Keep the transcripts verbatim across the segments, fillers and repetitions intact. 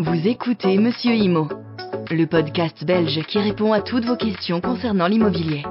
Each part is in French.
Vous écoutez Monsieur Imo, le podcast belge qui répond à toutes vos questions concernant l'immobilier.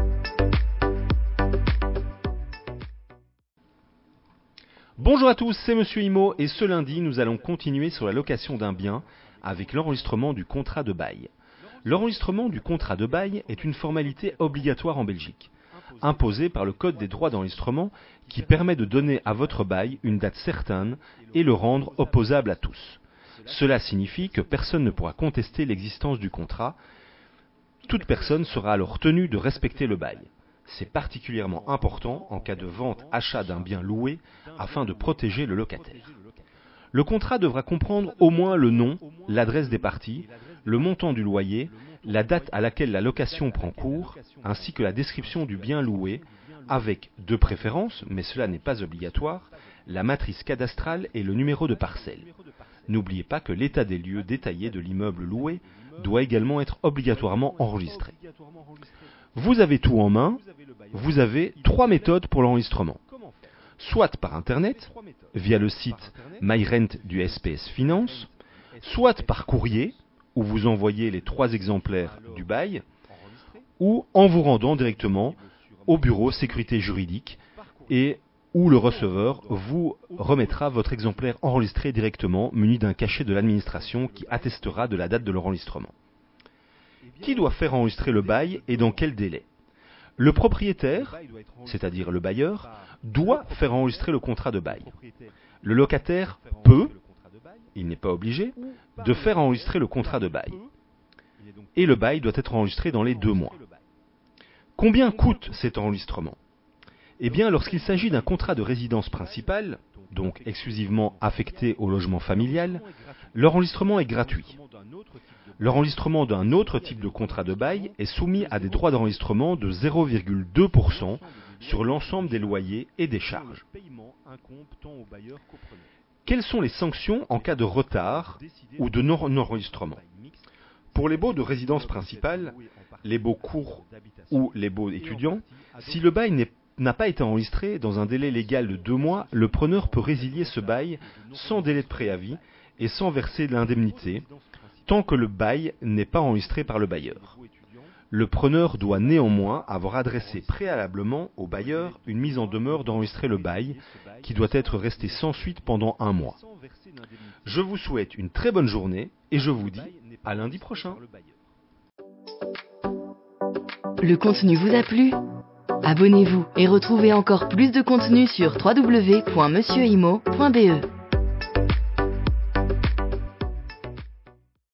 Bonjour à tous, c'est Monsieur Imo et ce lundi, nous allons continuer sur la location d'un bien avec l'enregistrement du contrat de bail. L'enregistrement du contrat de bail est une formalité obligatoire en Belgique, imposée par le Code des droits d'enregistrement qui permet de donner à votre bail une date certaine et le rendre opposable à tous. Cela signifie que personne ne pourra contester l'existence du contrat. Toute personne sera alors tenue de respecter le bail. C'est particulièrement important en cas de vente-achat d'un bien loué afin de protéger le locataire. Le contrat devra comprendre au moins le nom, l'adresse des parties, le montant du loyer, la date à laquelle la location prend cours, ainsi que la description du bien loué, avec, de préférence, mais cela n'est pas obligatoire, la matrice cadastrale et le numéro de parcelle. N'oubliez pas que l'état des lieux détaillé de l'immeuble loué doit également être obligatoirement enregistré. Vous avez tout en main, vous avez trois méthodes pour l'enregistrement. Soit par Internet, via le site MyRent du S P S Finance, soit par courrier, où vous envoyez les trois exemplaires du bail, ou en vous rendant directement au bureau sécurité juridique et où le receveur vous remettra votre exemplaire enregistré directement muni d'un cachet de l'administration qui attestera de la date de l'enregistrement. Qui doit faire enregistrer le bail et dans quel délai ? Le propriétaire, c'est-à-dire le bailleur, doit faire enregistrer le contrat de bail. Le locataire peut, il n'est pas obligé, de faire enregistrer le contrat de bail. Et le bail doit être enregistré dans les deux mois. Combien coûte cet enregistrement ? Eh bien, lorsqu'il s'agit d'un contrat de résidence principale, donc exclusivement affecté au logement familial, l'enregistrement est gratuit. L'enregistrement d'un autre type de contrat de bail est soumis à des droits d'enregistrement de zéro virgule deux pour cent sur l'ensemble des loyers et des charges. Quelles sont les sanctions en cas de retard ou de non-enregistrement ? Pour les baux de résidence principale, les baux courts ou les baux étudiants, si le bail n'est n'a pas été enregistré dans un délai légal de deux mois, le preneur peut résilier ce bail sans délai de préavis et sans verser l'indemnité, tant que le bail n'est pas enregistré par le bailleur. Le preneur doit néanmoins avoir adressé préalablement au bailleur une mise en demeure d'enregistrer le bail, qui doit être resté sans suite pendant un mois. Je vous souhaite une très bonne journée et je vous dis à lundi prochain. Le contenu vous a plu ? Abonnez-vous et retrouvez encore plus de contenu sur w w w point monsieur imo point b e.